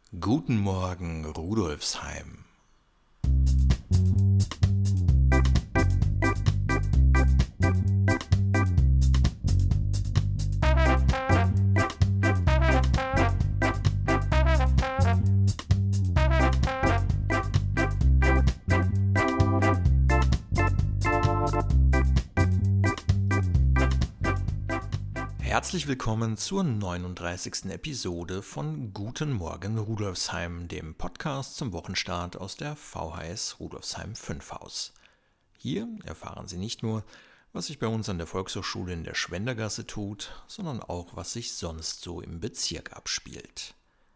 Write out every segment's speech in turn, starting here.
Guten Morgen, Rudolfsheim. Herzlich willkommen zur 39. Episode von Guten Morgen Rudolfsheim, dem Podcast zum Wochenstart aus der VHS Rudolfsheim 5 Haus. Hier erfahren Sie nicht nur, was sich bei uns an der Volkshochschule in der Schwendergasse tut, sondern auch, was sich sonst so im Bezirk abspielt.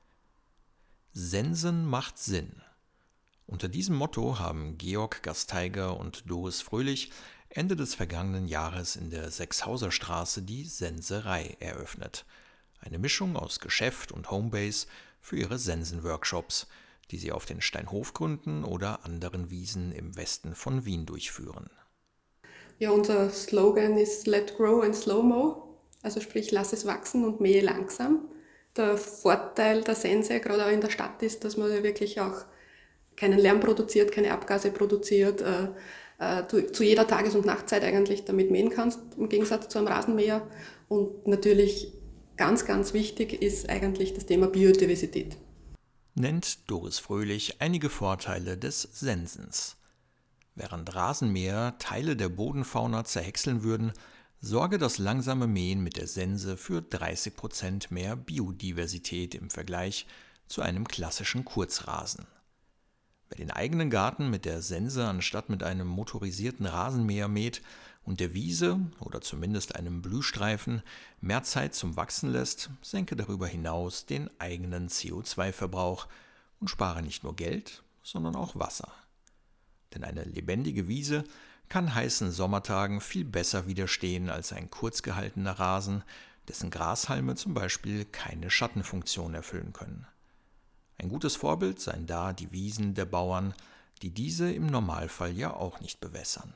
Sensen macht Sinn. Unter diesem Motto haben Georg Gasteiger und Doris Fröhlich Ende des vergangenen Jahres in der Sechshauserstraße die Senserei eröffnet. Eine Mischung aus Geschäft und Homebase für ihre Sensen-Workshops, die sie auf den Steinhofgründen oder anderen Wiesen im Westen von Wien durchführen. Ja, unser Slogan ist Let Grow and Slow-Mo, also sprich lass es wachsen und mähe langsam. Der Vorteil der Sense, gerade auch in der Stadt, ist, dass man ja wirklich auch keinen Lärm produziert, keine Abgase produziert, du zu jeder Tages- und Nachtzeit eigentlich damit mähen kannst, im Gegensatz zu einem Rasenmäher. Und natürlich ganz, ganz wichtig ist eigentlich das Thema Biodiversität. Nennt Doris Fröhlich einige Vorteile des Sensens. Während Rasenmäher Teile der Bodenfauna zerhäckseln würden, sorge das langsame Mähen mit der Sense für 30% mehr Biodiversität im Vergleich zu einem klassischen Kurzrasen. Wer den eigenen Garten mit der Sense anstatt mit einem motorisierten Rasenmäher mäht und der Wiese oder zumindest einem Blühstreifen mehr Zeit zum Wachsen lässt, senke darüber hinaus den eigenen CO2-Verbrauch und spare nicht nur Geld, sondern auch Wasser. Denn eine lebendige Wiese kann heißen Sommertagen viel besser widerstehen als ein kurz gehaltener Rasen, dessen Grashalme zum Beispiel keine Schattenfunktion erfüllen können. Ein gutes Vorbild seien da die Wiesen der Bauern, die diese im Normalfall ja auch nicht bewässern.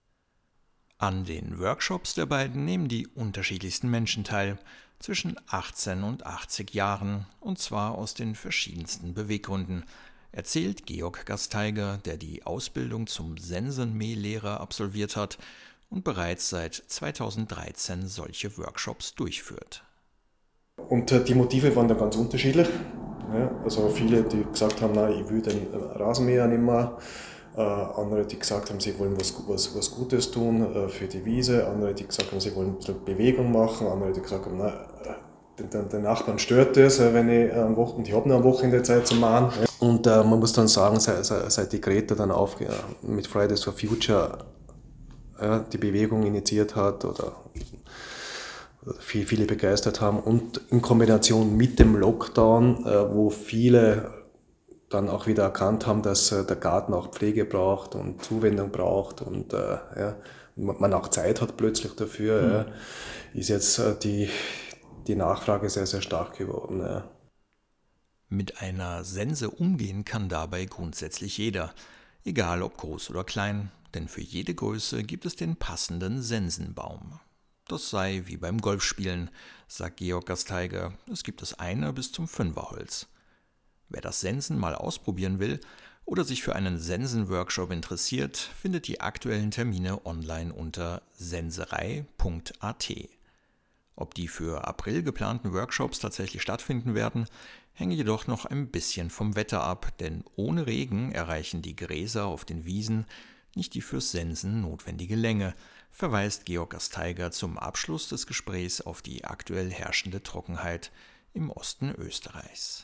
An den Workshops der beiden nehmen die unterschiedlichsten Menschen teil, zwischen 18 und 80 Jahren, und zwar aus den verschiedensten Beweggründen, erzählt Georg Gasteiger, der die Ausbildung zum Sensenmählehrer absolviert hat und bereits seit 2013 solche Workshops durchführt. Und die Motive waren da ganz unterschiedlich. Ja, also viele, die gesagt haben, nein, ich will den Rasenmäher nicht mehr. Andere, die gesagt haben, sie wollen was Gutes tun für die Wiese. Andere, die gesagt haben, sie wollen ein bisschen Bewegung machen. Andere, die gesagt haben, nein, den Nachbarn stört das, wenn ich und ich habe noch am Wochenende Zeit zum Mahnen. Und man muss dann sagen, seit die Greta dann mit Fridays for Future die Bewegung initiiert hat oder viele begeistert haben und in Kombination mit dem Lockdown, wo viele dann auch wieder erkannt haben, dass der Garten auch Pflege braucht und Zuwendung braucht und man auch Zeit hat plötzlich dafür, ist jetzt die Nachfrage sehr, sehr stark geworden. Ja. Mit einer Sense umgehen kann dabei grundsätzlich jeder, egal ob groß oder klein, denn für jede Größe gibt es den passenden Sensenbaum. Das sei wie beim Golfspielen, sagt Georg Gasteiger, es gibt das 1er bis zum 5er Holz. Wer das Sensen mal ausprobieren will oder sich für einen Sensen-Workshop interessiert, findet die aktuellen Termine online unter senserei.at. Ob die für April geplanten Workshops tatsächlich stattfinden werden, hänge jedoch noch ein bisschen vom Wetter ab, denn ohne Regen erreichen die Gräser auf den Wiesen nicht die fürs Sensen notwendige Länge, verweist Georg Gasteiger zum Abschluss des Gesprächs auf die aktuell herrschende Trockenheit im Osten Österreichs.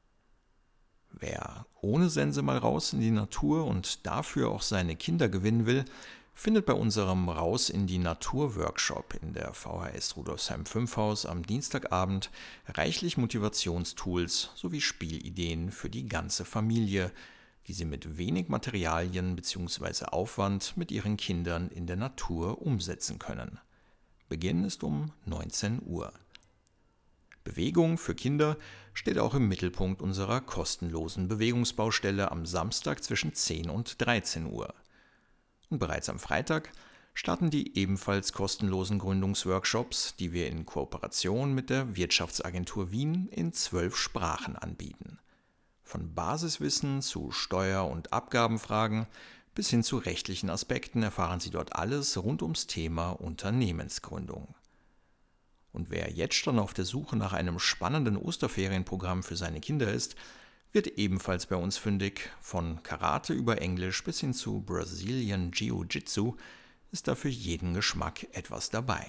Wer ohne Sense mal raus in die Natur und dafür auch seine Kinder gewinnen will, findet bei unserem Raus in die Natur Workshop in der VHS Rudolfsheim 5 Haus am Dienstagabend reichlich Motivationstools sowie Spielideen für die ganze Familie, die sie mit wenig Materialien bzw. Aufwand mit ihren Kindern in der Natur umsetzen können. Beginn ist um 19 Uhr. Bewegung für Kinder steht auch im Mittelpunkt unserer kostenlosen Bewegungsbaustelle am Samstag zwischen 10 und 13 Uhr. Und bereits am Freitag starten die ebenfalls kostenlosen Gründungsworkshops, die wir in Kooperation mit der Wirtschaftsagentur Wien in 12 Sprachen anbieten. Von Basiswissen zu Steuer- und Abgabenfragen bis hin zu rechtlichen Aspekten erfahren Sie dort alles rund ums Thema Unternehmensgründung. Und wer jetzt schon auf der Suche nach einem spannenden Osterferienprogramm für seine Kinder ist, wird ebenfalls bei uns fündig. Von Karate über Englisch bis hin zu Brazilian Jiu-Jitsu ist da für jeden Geschmack etwas dabei.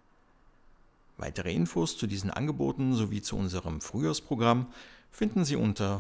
Weitere Infos zu diesen Angeboten sowie zu unserem Frühjahrsprogramm finden Sie unter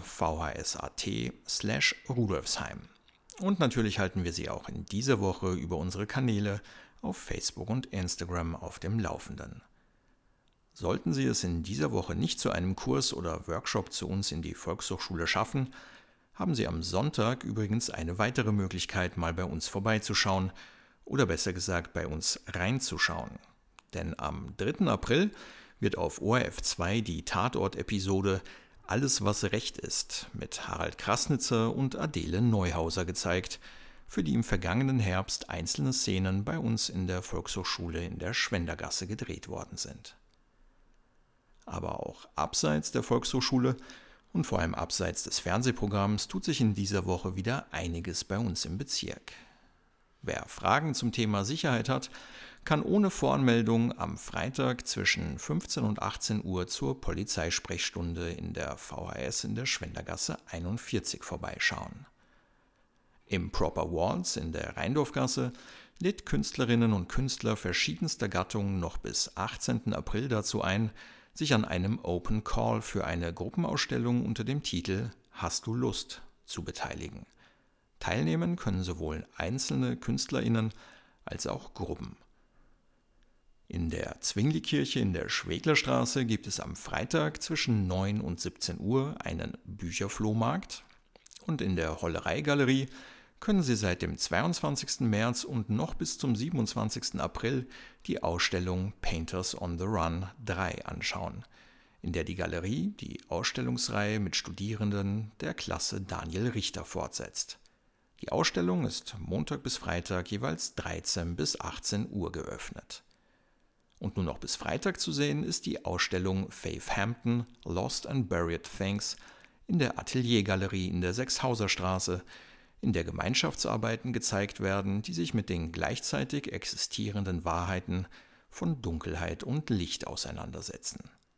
vhsat/Rudolfsheim. Und natürlich halten wir Sie auch in dieser Woche über unsere Kanäle auf Facebook und Instagram auf dem Laufenden. Sollten Sie es in dieser Woche nicht zu einem Kurs oder Workshop zu uns in die Volkshochschule schaffen, haben Sie am Sonntag übrigens eine weitere Möglichkeit, mal bei uns vorbeizuschauen oder besser gesagt bei uns reinzuschauen. Denn am 3. April wird auf ORF 2 die Tatort-Episode Alles, was Recht ist mit Harald Krasnitzer und Adele Neuhauser gezeigt, für die im vergangenen Herbst einzelne Szenen bei uns in der Volkshochschule in der Schwendergasse gedreht worden sind. Aber auch abseits der Volkshochschule und vor allem abseits des Fernsehprogramms tut sich in dieser Woche wieder einiges bei uns im Bezirk. Wer Fragen zum Thema Sicherheit hat, kann ohne Voranmeldung am Freitag zwischen 15 und 18 Uhr zur Polizeisprechstunde in der VHS in der Schwendergasse 41 vorbeischauen. Im Proper Waltz in der Rheindorfgasse lädt Künstlerinnen und Künstler verschiedenster Gattungen noch bis 18. April dazu ein, sich an einem Open Call für eine Gruppenausstellung unter dem Titel »Hast du Lust?« zu beteiligen. Teilnehmen können sowohl einzelne KünstlerInnen als auch Gruppen. In der Zwingli-Kirche in der Schweglerstraße gibt es am Freitag zwischen 9 und 17 Uhr einen Bücherflohmarkt und in der Hollerei-Galerie können Sie seit dem 22. März und noch bis zum 27. April die Ausstellung Painters on the Run 3 anschauen, in der die Galerie die Ausstellungsreihe mit Studierenden der Klasse Daniel Richter fortsetzt. Die Ausstellung ist Montag bis Freitag jeweils 13 bis 18 Uhr geöffnet. Und nur noch bis Freitag zu sehen ist die Ausstellung Faith Hampton – Lost and Buried Things in der Ateliergalerie in der Sechshauserstraße, in der Gemeinschaftsarbeiten gezeigt werden, die sich mit den gleichzeitig existierenden Wahrheiten von Dunkelheit und Licht auseinandersetzen.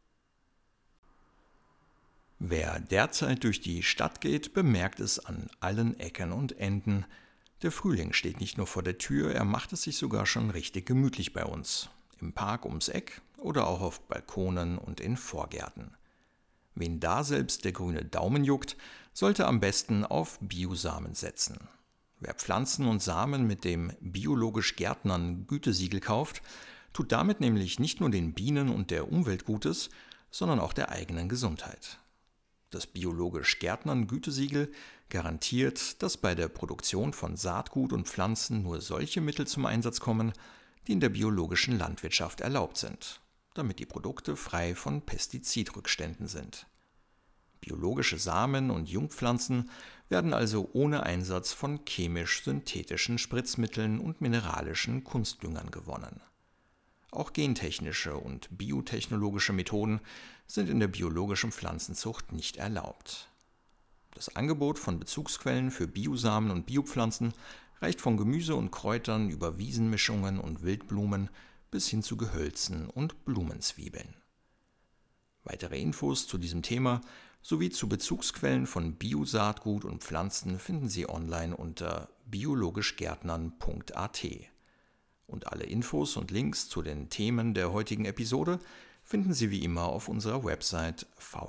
Wer derzeit durch die Stadt geht, bemerkt es an allen Ecken und Enden. Der Frühling steht nicht nur vor der Tür, er macht es sich sogar schon richtig gemütlich bei uns. Im Park ums Eck oder auch auf Balkonen und in Vorgärten. Wen da selbst der grüne Daumen juckt, sollte am besten auf Biosamen setzen. Wer Pflanzen und Samen mit dem biologisch Gärtnern Gütesiegel kauft, tut damit nämlich nicht nur den Bienen und der Umwelt Gutes, sondern auch der eigenen Gesundheit. Das biologisch Gärtnern Gütesiegel garantiert, dass bei der Produktion von Saatgut und Pflanzen nur solche Mittel zum Einsatz kommen, die in der biologischen Landwirtschaft erlaubt sind, damit die Produkte frei von Pestizidrückständen sind. Biologische Samen und Jungpflanzen werden also ohne Einsatz von chemisch-synthetischen Spritzmitteln und mineralischen Kunstdüngern gewonnen. Auch gentechnische und biotechnologische Methoden sind in der biologischen Pflanzenzucht nicht erlaubt. Das Angebot von Bezugsquellen für Biosamen und Biopflanzen reicht von Gemüse und Kräutern über Wiesenmischungen und Wildblumen bis hin zu Gehölzen und Blumenzwiebeln. Weitere Infos zu diesem Thema sowie zu Bezugsquellen von Biosaatgut und Pflanzen finden Sie online unter biologischgärtnern.at. Und alle Infos und Links zu den Themen der heutigen Episode finden Sie wie immer auf unserer Website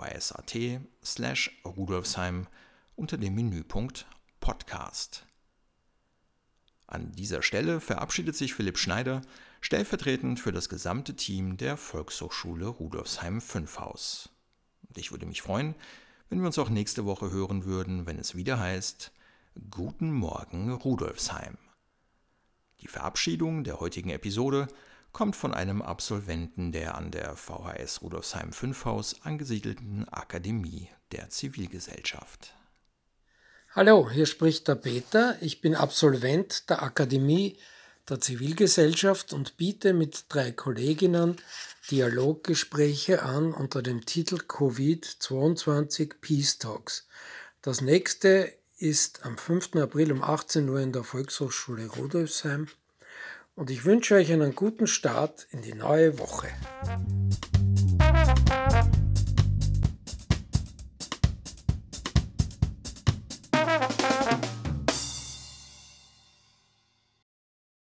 vhsat/Rudolfsheim unter dem Menüpunkt Podcast. An dieser Stelle verabschiedet sich Philipp Schneider, stellvertretend für das gesamte Team der Volkshochschule Rudolfsheim 5 Haus. Und ich würde mich freuen, wenn wir uns auch nächste Woche hören würden, wenn es wieder heißt Guten Morgen Rudolfsheim. Die Verabschiedung der heutigen Episode kommt von einem Absolventen der an der VHS Rudolfsheim 5 Haus angesiedelten Akademie der Zivilgesellschaft. Hallo, hier spricht der Peter. Ich bin Absolvent der Akademie der Zivilgesellschaft und biete mit 3 Kolleginnen Dialoggespräche an unter dem Titel Covid-22 Peace Talks. Das nächste ist am 5. April um 18 Uhr in der Volkshochschule Rudolfsheim. Und ich wünsche euch einen guten Start in die neue Woche.